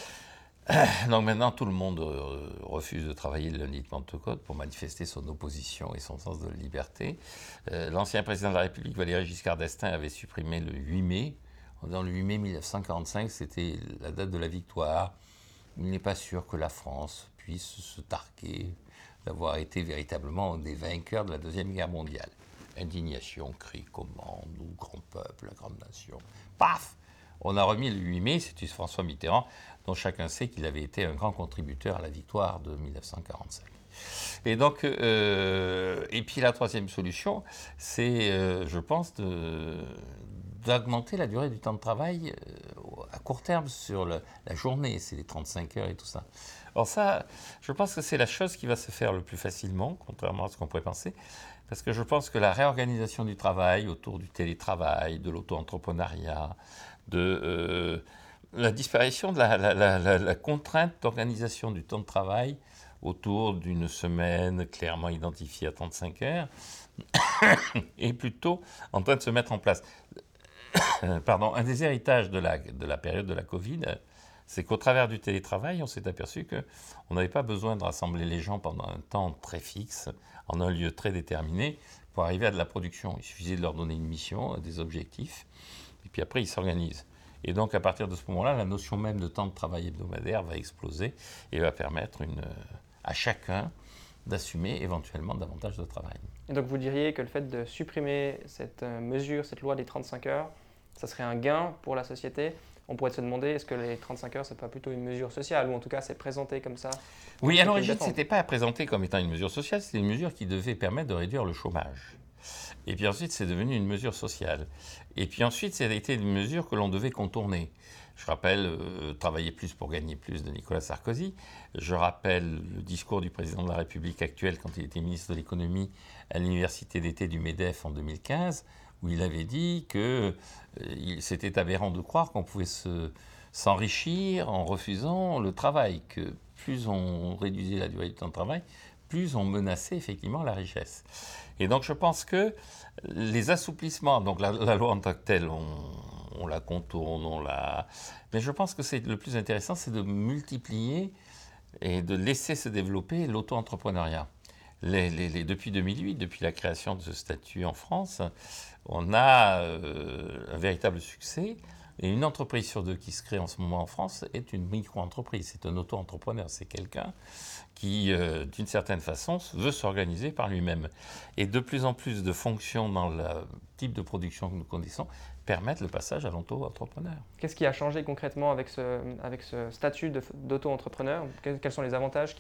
Donc maintenant, tout le monde refuse de travailler le lundi de Pentecôte pour manifester son opposition et son sens de la liberté. L'ancien président de la République, Valéry Giscard d'Estaing, avait supprimé le 8 mai. Dans le 8 mai 1945, c'était la date de la victoire. Il n'est pas sûr que la France puisse se targuer d'avoir été véritablement des vainqueurs de la Deuxième Guerre mondiale. Indignation, cri, commande, nous, grand peuple, la grande nation. Paf! On a remis le 8 mai, c'était François Mitterrand, dont chacun sait qu'il avait été un grand contributeur à la victoire de 1945. Et donc, et puis la troisième solution, c'est, je pense, d'augmenter la durée du temps de travail à court terme sur la journée, c'est les 35 heures et tout ça. Alors ça, je pense que c'est la chose qui va se faire le plus facilement, contrairement à ce qu'on pourrait penser, parce que je pense que la réorganisation du travail autour du télétravail, de l'auto-entrepreneuriat, de la disparition de la contrainte d'organisation du temps de travail autour d'une semaine clairement identifiée à 35 heures, est plutôt en train de se mettre en place. Pardon, un des héritages de la période de la Covid, c'est qu'au travers du télétravail, on s'est aperçu qu'on n'avait pas besoin de rassembler les gens pendant un temps très fixe, en un lieu très déterminé, pour arriver à de la production. Il suffisait de leur donner une mission, des objectifs, et puis après, ils s'organisent. Et donc, à partir de ce moment-là, la notion même de temps de travail hebdomadaire va exploser et va permettre à chacun d'assumer éventuellement davantage de travail. Et donc vous diriez que le fait de supprimer cette mesure, cette loi des 35 heures, ça serait un gain pour la société? On pourrait se demander, est-ce que les 35 heures, ce n'est pas plutôt une mesure sociale, ou en tout cas, c'est présenté comme ça? Oui, à l'origine, ce n'était pas présenté comme étant une mesure sociale, c'était une mesure qui devait permettre de réduire le chômage. Et puis ensuite, c'est devenu une mesure sociale. Et puis ensuite, ça a été une mesure que l'on devait contourner. Je rappelle Travailler plus pour gagner plus de Nicolas Sarkozy. Je rappelle le discours du président de la République actuel quand il était ministre de l'économie à l'université d'été du MEDEF en 2015, où il avait dit que c'était aberrant de croire qu'on pouvait s'enrichir en refusant le travail, que plus on réduisait la durée du temps de travail, plus on menaçait effectivement la richesse. Et donc je pense que les assouplissements, donc la loi en tant que telle, on la contourne, mais je pense que le plus intéressant, c'est de multiplier et de laisser se développer l'auto-entrepreneuriat. Depuis 2008, depuis la création de ce statut en France, on a un véritable succès. Et une entreprise sur deux qui se crée en ce moment en France est une micro-entreprise, c'est un auto-entrepreneur, c'est quelqu'un qui, d'une certaine façon, veut s'organiser par lui-même. Et de plus en plus de fonctions dans le type de production que nous connaissons permettent le passage à l'auto-entrepreneur. Qu'est-ce qui a changé concrètement avec ce statut d'auto-entrepreneur? Quels sont les avantages?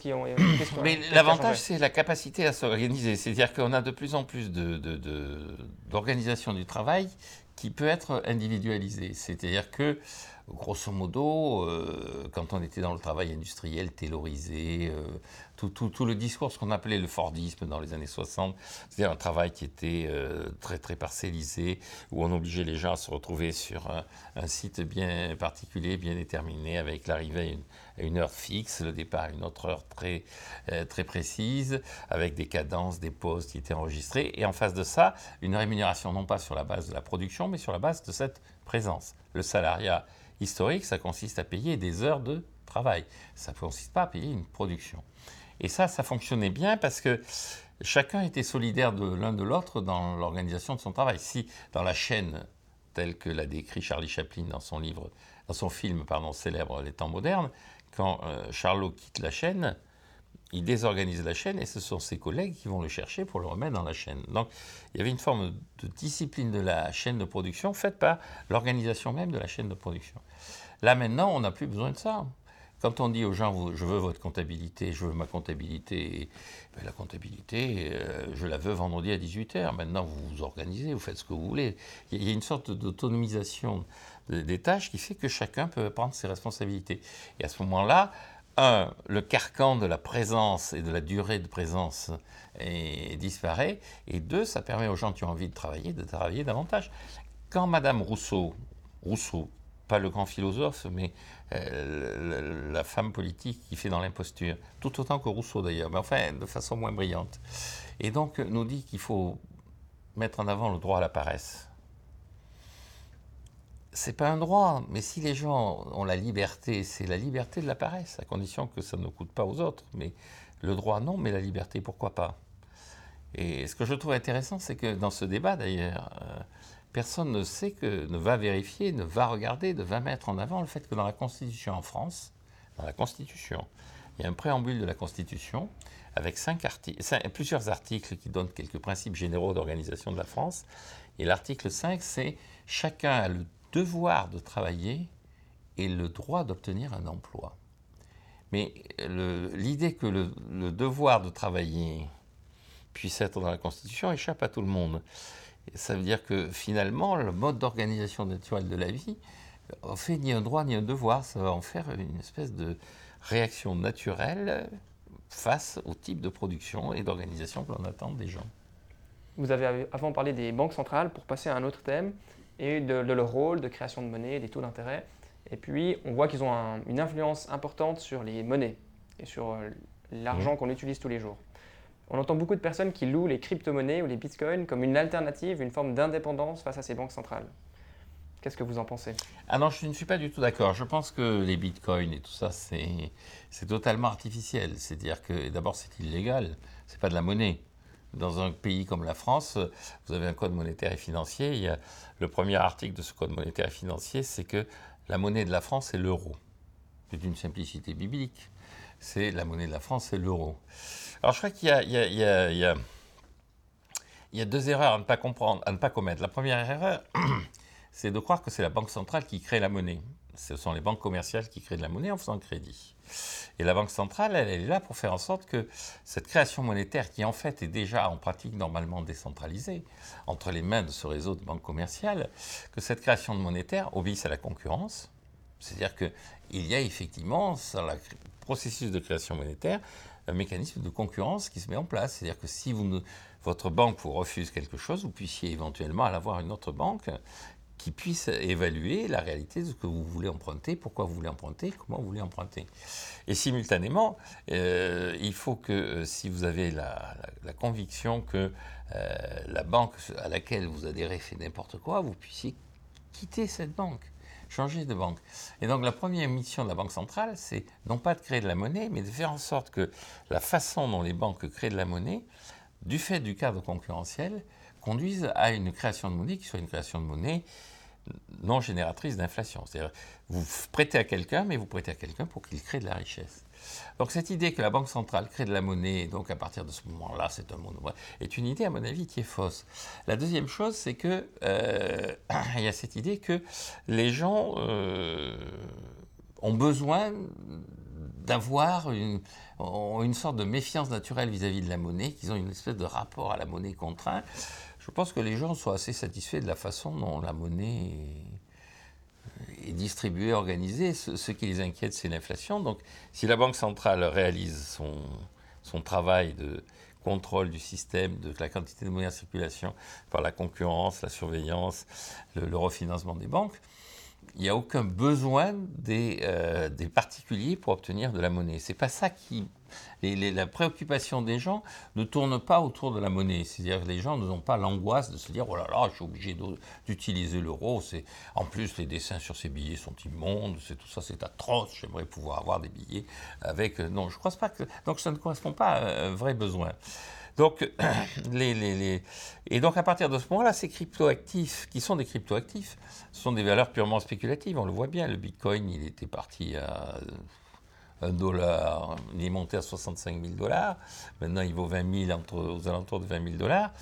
Mais l'avantage, c'est la capacité à s'organiser. C'est-à-dire qu'on a de plus en plus d'organisation du travail qui peut être individualisée. C'est-à-dire que, grosso modo, quand on était dans le travail industriel, taylorisé, tout le discours, ce qu'on appelait le Fordisme dans les années 60, c'est-à-dire un travail qui était très, très parcellisé, où on obligeait les gens à se retrouver sur un site bien particulier, bien déterminé, avec l'arrivée à une heure fixe, le départ à une autre heure très, très précise, avec des cadences, des pauses qui étaient enregistrées, et en face de ça, une rémunération non pas sur la base de la production, mais sur la base de cette présence. Le salariat historique, ça consiste à payer des heures de travail. Ça ne consiste pas à payer une production. Et ça fonctionnait bien parce que chacun était solidaire de l'un de l'autre dans l'organisation de son travail. Si dans la chaîne, telle que l'a décrit Charlie Chaplin dans son film célèbre Les temps modernes, quand Charlot quitte la chaîne, il désorganise la chaîne et ce sont ses collègues qui vont le chercher pour le remettre dans la chaîne. Donc il y avait une forme de discipline de la chaîne de production faite par l'organisation même de la chaîne de production. Là maintenant, on n'a plus besoin de ça. Quand on dit aux gens, je veux votre comptabilité, je veux ma comptabilité, la comptabilité, je la veux vendredi à 18h. Maintenant, vous vous organisez, vous faites ce que vous voulez. Il y a une sorte d'autonomisation des tâches qui fait que chacun peut prendre ses responsabilités. Et à ce moment-là, le carcan de la présence et de la durée de présence disparaît. Et deux, ça permet aux gens qui ont envie de travailler davantage. Quand Madame Rousseau, pas le grand philosophe, mais la femme politique qui fait dans l'imposture, tout autant que Rousseau d'ailleurs, mais enfin de façon moins brillante. Et donc nous dit qu'il faut mettre en avant le droit à la paresse. C'est pas un droit, mais si les gens ont la liberté, c'est la liberté de la paresse, à condition que ça ne coûte pas aux autres. Mais le droit non, mais la liberté pourquoi pas. Et ce que je trouve intéressant, c'est que dans ce débat d'ailleurs, personne ne va vérifier, ne va regarder, ne va mettre en avant le fait que dans la Constitution en France, dans la Constitution, il y a un préambule de la Constitution avec plusieurs articles qui donnent quelques principes généraux d'organisation de la France. Et l'article 5, c'est « Chacun a le devoir de travailler et le droit d'obtenir un emploi ». Mais l'idée que le devoir de travailler puisse être dans la Constitution échappe à tout le monde. Ça veut dire que finalement, le mode d'organisation naturelle de la vie en fait ni un droit ni un devoir. Ça va en faire une espèce de réaction naturelle face au type de production et d'organisation que l'on attend des gens. Vous avez avant parlé des banques centrales pour passer à un autre thème et de leur rôle de création de monnaie, des taux d'intérêt. Et puis, on voit qu'ils ont une influence importante sur les monnaies et sur l'argent qu'on utilise tous les jours. On entend beaucoup de personnes qui louent les crypto-monnaies ou les bitcoins comme une alternative, une forme d'indépendance face à ces banques centrales. Qu'est-ce que vous en pensez ? Ah non, je ne suis pas du tout d'accord. Je pense que les bitcoins et tout ça, c'est totalement artificiel. C'est-à-dire que d'abord, c'est illégal. Ce n'est pas de la monnaie. Dans un pays comme la France, vous avez un code monétaire et financier. Le premier article de ce code monétaire et financier, c'est que la monnaie de la France, c'est l'euro. C'est d'une simplicité biblique. C'est la monnaie de la France, c'est l'euro. Alors je crois qu'il y a deux erreurs à ne pas comprendre, à ne pas commettre. La première erreur, c'est de croire que c'est la banque centrale qui crée la monnaie. Ce sont les banques commerciales qui créent de la monnaie en faisant crédit. Et la banque centrale, elle est là pour faire en sorte que cette création monétaire, qui en fait est déjà en pratique normalement décentralisée, entre les mains de ce réseau de banques commerciales, que cette création monétaire obéisse à la concurrence. C'est-à-dire qu'il y a effectivement, dans le processus de création monétaire, un mécanisme de concurrence qui se met en place. C'est-à-dire que si votre banque vous refuse quelque chose, vous puissiez éventuellement aller voir une autre banque qui puisse évaluer la réalité de ce que vous voulez emprunter, pourquoi vous voulez emprunter, comment vous voulez emprunter. Et simultanément, il faut que si vous avez la conviction que la banque à laquelle vous adhérez fait n'importe quoi, vous puissiez quitter cette banque, changer de banque. Et donc la première mission de la Banque centrale, c'est non pas de créer de la monnaie, mais de faire en sorte que la façon dont les banques créent de la monnaie, du fait du cadre concurrentiel, conduise à une création de monnaie qui soit une création de monnaie non génératrice d'inflation. C'est-à-dire, vous prêtez à quelqu'un, mais vous prêtez à quelqu'un pour qu'il crée de la richesse. Donc cette idée que la Banque centrale crée de la monnaie, donc à partir de ce moment-là, c'est un monopole, est une idée, à mon avis, qui est fausse. La deuxième chose, c'est que il y a cette idée que les gens ont besoin d'avoir une sorte de méfiance naturelle vis-à-vis de la monnaie, qu'ils ont une espèce de rapport à la monnaie contraint. Je pense que les gens sont assez satisfaits de la façon dont la monnaie est distribuée, organisée. Ce qui les inquiète, c'est l'inflation. Donc, si la Banque centrale réalise son travail de contrôle du système, de la quantité de monnaie en circulation par la concurrence, la surveillance, le refinancement des banques, il n'y a aucun besoin des particuliers pour obtenir de la monnaie. C'est pas ça qui... la préoccupation des gens ne tourne pas autour de la monnaie. C'est-à-dire que les gens n'ont pas l'angoisse de se dire « Oh là là, je suis obligé d'utiliser l'euro. En plus, les dessins sur ces billets sont immondes. Tout ça, c'est atroce. J'aimerais pouvoir avoir des billets avec... » Non, je ne crois pas que... Donc, ça ne correspond pas à un vrai besoin. Donc, et donc à partir de ce moment-là, ces cryptoactifs, qui sont des cryptoactifs, ce sont des valeurs purement spéculatives. On le voit bien, le Bitcoin, il était parti à $1, il est monté à 65 000 $. Maintenant, il vaut 20 000, aux alentours de 20 000 $.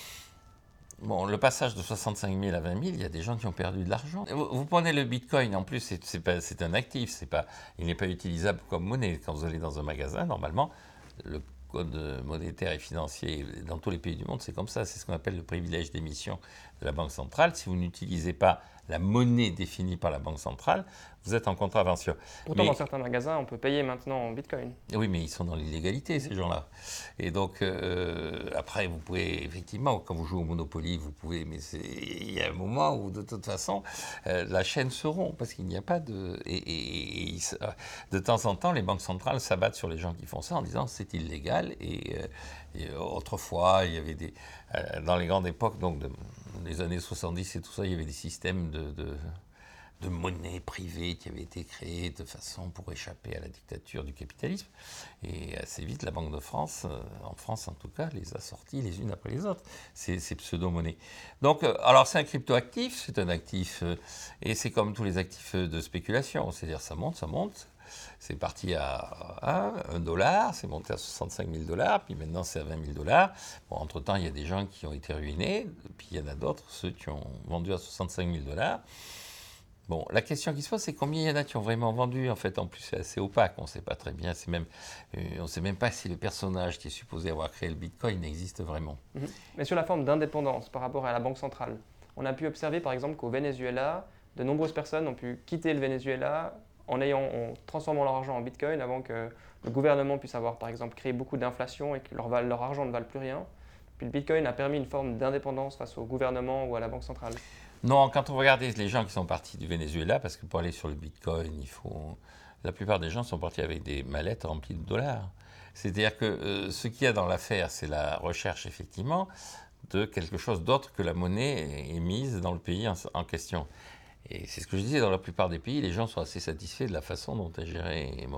Bon, le passage de 65 000 à 20 000, il y a des gens qui ont perdu de l'argent. Vous prenez le Bitcoin, en plus, c'est un actif, il n'est pas utilisable comme monnaie. Quand vous allez dans un magasin, normalement, le code monétaire et financier dans tous les pays du monde, c'est comme ça. C'est ce qu'on appelle le privilège d'émission de la Banque centrale. Si vous n'utilisez pas la monnaie définie par la Banque centrale, vous êtes en contravention. Pourtant, dans certains magasins, on peut payer maintenant en Bitcoin. Oui, mais ils sont dans l'illégalité, ces gens-là. Et donc, après, vous pouvez, effectivement, quand vous jouez au Monopoly, vous pouvez, mais il y a un moment où, de toute façon, la chaîne se rompt, parce qu'il n'y a pas de... de temps en temps, les banques centrales s'abattent sur les gens qui font ça en disant c'est illégal. Et autrefois, il y avait dans les grandes époques, donc les années 70 et tout ça, il y avait des systèmes de monnaie privée qui avaient été créées de façon pour échapper à la dictature du capitalisme. Et assez vite, la Banque de France, en France en tout cas, les a sorties les unes après les autres, ces pseudo-monnaies. Donc, alors c'est un cryptoactif, c'est un actif, et c'est comme tous les actifs de spéculation, c'est-à-dire ça monte. C'est parti à $1, c'est monté à 65 000 $, puis maintenant c'est à 20 000 $. Bon, entre-temps, il y a des gens qui ont été ruinés, puis il y en a d'autres, ceux qui ont vendu à 65 000 $. Bon, la question qui se pose, c'est combien il y en a qui ont vraiment vendu. En fait, en plus, c'est assez opaque. On ne sait pas très bien. On ne sait même pas si le personnage qui est supposé avoir créé le Bitcoin existe vraiment. Mais sur la forme d'indépendance par rapport à la Banque centrale, on a pu observer par exemple qu'au Venezuela, de nombreuses personnes ont pu quitter le Venezuela en transformant leur argent en Bitcoin avant que le gouvernement puisse avoir par exemple créé beaucoup d'inflation et que leur argent ne vale plus rien. Puis le Bitcoin a permis une forme d'indépendance face au gouvernement ou à la Banque centrale. Non, quand on regarde les gens qui sont partis du Venezuela, parce que pour aller sur le Bitcoin, la plupart des gens sont partis avec des mallettes remplies de dollars. C'est-à-dire que ce qu'il y a dans l'affaire, c'est la recherche, effectivement, de quelque chose d'autre que la monnaie émise dans le pays en question. Et c'est ce que je disais, dans la plupart des pays, les gens sont assez satisfaits de la façon dont est géré.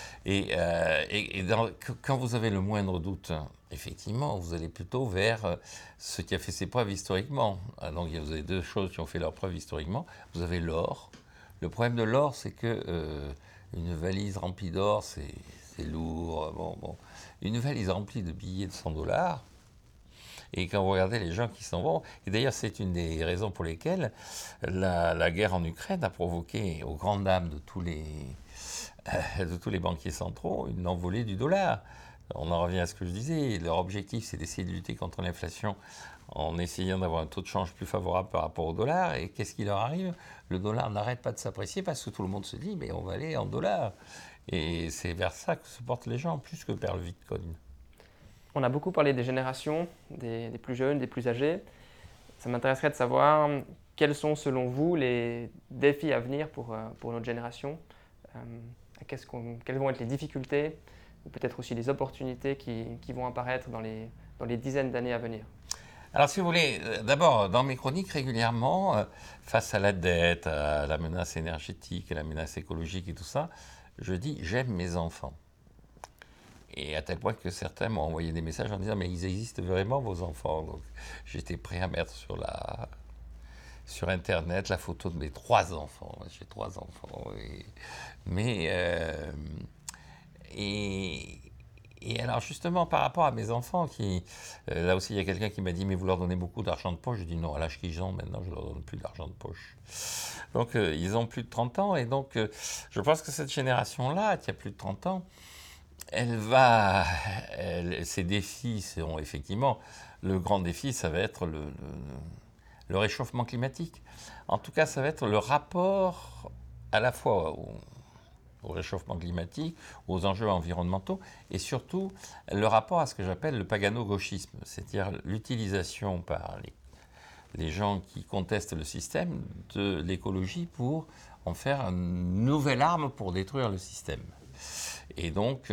Quand vous avez le moindre doute, effectivement, vous allez plutôt vers ce qui a fait ses preuves historiquement. Donc vous avez deux choses qui ont fait leurs preuves historiquement. Vous avez l'or. Le problème de l'or, c'est que une valise remplie d'or, c'est lourd. Une valise remplie de billets de 100 $. Et quand vous regardez les gens qui s'en vont, et d'ailleurs c'est une des raisons pour lesquelles la guerre en Ukraine a provoqué, aux grandes dames de tous les banquiers centraux, une envolée du dollar. On en revient à ce que je disais, leur objectif c'est d'essayer de lutter contre l'inflation en essayant d'avoir un taux de change plus favorable par rapport au dollar. Et qu'est-ce qui leur arrive? Le dollar n'arrête pas de s'apprécier parce que tout le monde se dit mais on va aller en dollars. Et c'est vers ça que se portent les gens, plus que vers le Bitcoin. On a beaucoup parlé des générations, des plus jeunes, des plus âgés. Ça m'intéresserait de savoir quels sont selon vous les défis à venir pour notre génération. Quelles vont être les difficultés ou peut-être aussi les opportunités qui vont apparaître dans les dizaines d'années à venir. Alors, si vous voulez, d'abord, dans mes chroniques, régulièrement, face à la dette, à la menace énergétique, à la menace écologique et tout ça, je dis « j'aime mes enfants ». Et à tel point que certains m'ont envoyé des messages en disant « mais ils existent vraiment, vos enfants ?» Donc, j'étais prêt à mettre sur Internet la photo de mes 3 enfants. J'ai 3 enfants. Et alors justement par rapport à mes enfants, là aussi il y a quelqu'un qui m'a dit mais vous leur donnez beaucoup d'argent de poche. Je dis non, à l'âge qu'ils ont maintenant je leur donne plus d'argent de poche. Donc ils ont plus de 30 ans et donc je pense que cette génération-là qui a plus de 30 ans, ses défis seront effectivement, le grand défi ça va être le réchauffement climatique. En tout cas ça va être le rapport à la fois au réchauffement climatique, aux enjeux environnementaux, et surtout le rapport à ce que j'appelle le pagano-gauchisme, c'est-à-dire l'utilisation par les gens qui contestent le système de l'écologie pour en faire une nouvelle arme pour détruire le système. Et donc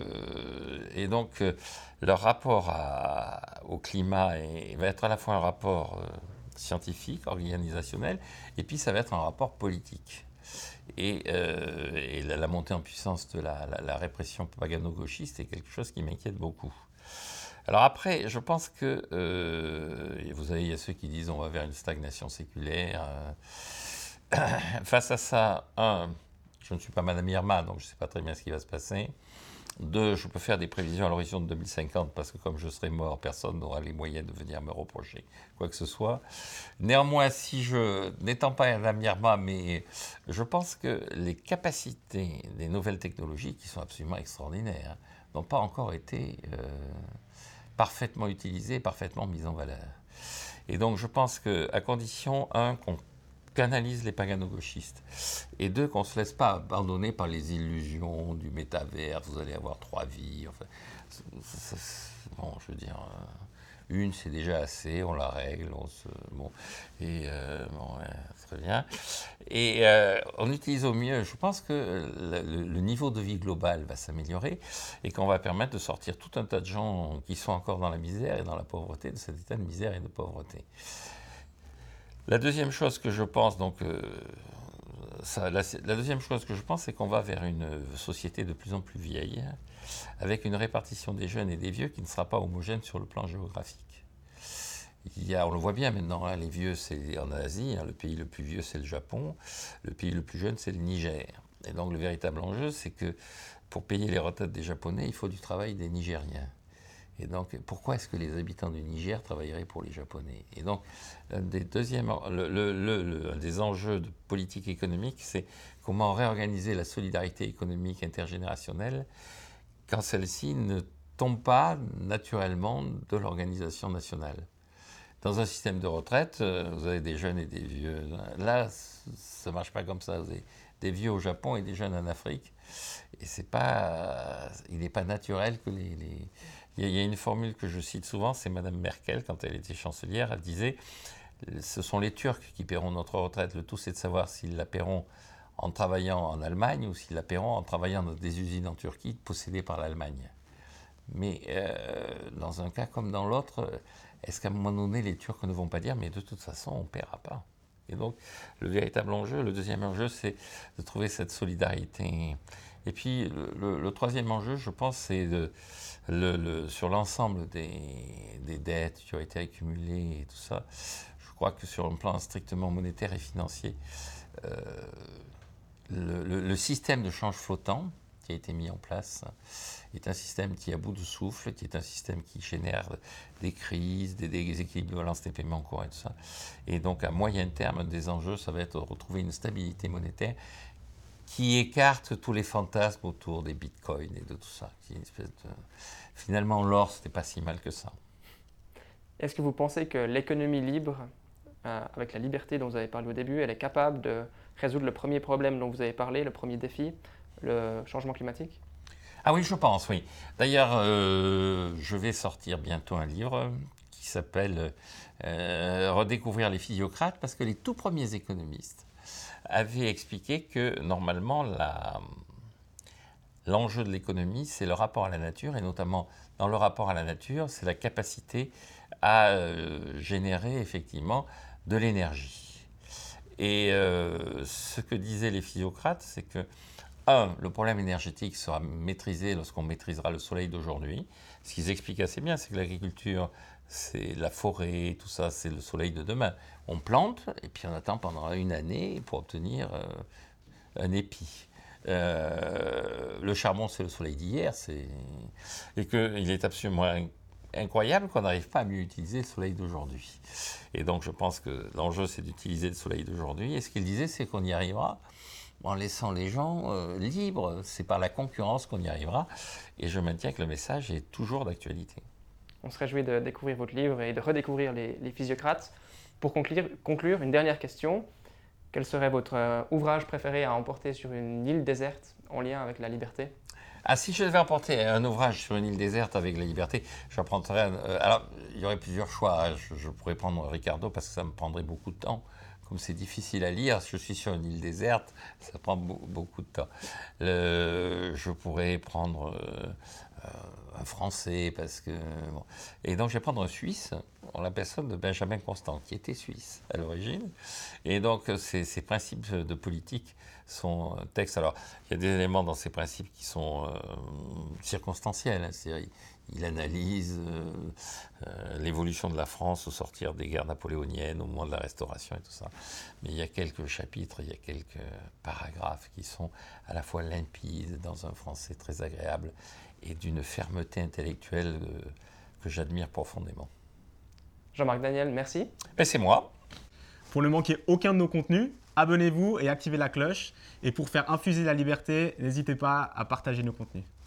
leur rapport au climat va être à la fois un rapport scientifique, organisationnel, et puis ça va être un rapport politique. Et la montée en puissance de la répression pagano-gauchiste est quelque chose qui m'inquiète beaucoup. Alors après, je pense que, vous savez, il y a ceux qui disent on va vers une stagnation séculaire. Face à ça, je ne suis pas Madame Irma, donc je ne sais pas très bien ce qui va se passer. 2, je peux faire des prévisions à l'horizon de 2050 parce que comme je serai mort, personne n'aura les moyens de venir me reprocher quoi que ce soit. Néanmoins, n'étant pas Madame Irma, mais je pense que les capacités des nouvelles technologies, qui sont absolument extraordinaires, n'ont pas encore été parfaitement utilisées, parfaitement mises en valeur. Et donc je pense qu'à condition, qu'on canalise les pagano-gauchistes. Et 2, qu'on ne se laisse pas abandonner par les illusions du métavers, vous allez avoir 3 vies. Enfin, bon, je veux dire, une c'est déjà assez, on la règle, ouais, très bien. Et on utilise au mieux, je pense que le niveau de vie global va s'améliorer et qu'on va permettre de sortir tout un tas de gens qui sont encore dans la misère et dans la pauvreté, de cet état de misère et de pauvreté. La deuxième chose que je pense, c'est qu'on va vers une société de plus en plus vieille, avec une répartition des jeunes et des vieux qui ne sera pas homogène sur le plan géographique. On le voit bien maintenant, les vieux c'est en Asie, le pays le plus vieux c'est le Japon, le pays le plus jeune c'est le Niger. Et donc le véritable enjeu c'est que pour payer les retraites des Japonais, il faut du travail des Nigériens. Et donc, pourquoi est-ce que les habitants du Niger travailleraient pour les Japonais? Et donc, un des enjeux de politique économique, c'est comment réorganiser la solidarité économique intergénérationnelle quand celle-ci ne tombe pas naturellement de l'organisation nationale. Dans un système de retraite, vous avez des jeunes et des vieux. Là, ça ne marche pas comme ça. Vous avez des vieux au Japon et des jeunes en Afrique. Et il n'est pas naturel que Il y a une formule que je cite souvent, c'est Madame Merkel, quand elle était chancelière, elle disait « Ce sont les Turcs qui paieront notre retraite, le tout c'est de savoir s'ils la paieront en travaillant en Allemagne ou s'ils la paieront en travaillant dans des usines en Turquie possédées par l'Allemagne. » Mais dans un cas comme dans l'autre, est-ce qu'à un moment donné, les Turcs ne vont pas dire « Mais de toute façon, on ne paiera pas ». Et donc, le véritable enjeu, le deuxième enjeu, c'est de trouver cette solidarité. Et puis, le troisième enjeu, je pense, c'est sur l'ensemble des dettes qui ont été accumulées et tout ça. Je crois que sur un plan strictement monétaire et financier, le système de change flottant qui a été mis en place est un système qui est à bout de souffle, qui est un système qui génère des crises, des déséquilibres de balance des paiements en cours et tout ça. Et donc, à moyen terme, un des enjeux, ça va être de retrouver une stabilité monétaire qui écarte tous les fantasmes autour des bitcoins et de tout ça. Finalement, l'or, c'était pas si mal que ça. Est-ce que vous pensez que l'économie libre, avec la liberté dont vous avez parlé au début, elle est capable de résoudre le premier problème dont vous avez parlé, le premier défi, le changement climatique? Ah oui, je pense, oui. D'ailleurs, je vais sortir bientôt un livre qui s'appelle Redécouvrir les physiocrates, parce que les tout premiers économistes avaient expliqué que normalement, l'enjeu de l'économie, c'est le rapport à la nature, et notamment dans le rapport à la nature, c'est la capacité à générer effectivement de l'énergie. Et ce que disaient les physiocrates, c'est que le problème énergétique sera maîtrisé lorsqu'on maîtrisera le soleil d'aujourd'hui. Ce qu'ils expliquent assez bien, c'est que l'agriculture, c'est la forêt, tout ça, c'est le soleil de demain. On plante et puis on attend pendant une année pour obtenir un épi. Le charbon, c'est le soleil d'hier, et qu'il est absolument incroyable qu'on n'arrive pas à mieux utiliser le soleil d'aujourd'hui. Et donc je pense que l'enjeu, c'est d'utiliser le soleil d'aujourd'hui. Et ce qu'il disait, c'est qu'on y arrivera en laissant les gens libres. C'est par la concurrence qu'on y arrivera. Et je maintiens que le message est toujours d'actualité. On se réjouit de découvrir votre livre et de redécouvrir les physiocrates. Pour conclure, une dernière question. Quel serait votre ouvrage préféré à emporter sur une île déserte en lien avec la liberté? Ah, si je devais emporter un ouvrage sur une île déserte avec la liberté, j'emprunterais. Alors, il y aurait plusieurs choix. Je pourrais prendre Ricardo parce que ça me prendrait beaucoup de temps. Comme c'est difficile à lire, si je suis sur une île déserte, ça prend beaucoup de temps. Je pourrais prendre un Français parce que. Bon. Et donc, je vais prendre un Suisse, en la personne de Benjamin Constant, qui était suisse à l'origine. Et donc, ces principes de politique sont textes. Alors, il y a des éléments dans ces principes qui sont circonstanciels. Hein, c'est-à-dire, il analyse l'évolution de la France au sortir des guerres napoléoniennes, au moment de la Restauration et tout ça. Mais il y a quelques chapitres, il y a quelques paragraphes qui sont à la fois limpides, dans un français très agréable, et d'une fermeté intellectuelle que j'admire profondément. Jean-Marc Daniel, merci. Ben, c'est moi. Pour ne manquer aucun de nos contenus, abonnez-vous et activez la cloche. Et pour faire infuser la liberté, n'hésitez pas à partager nos contenus.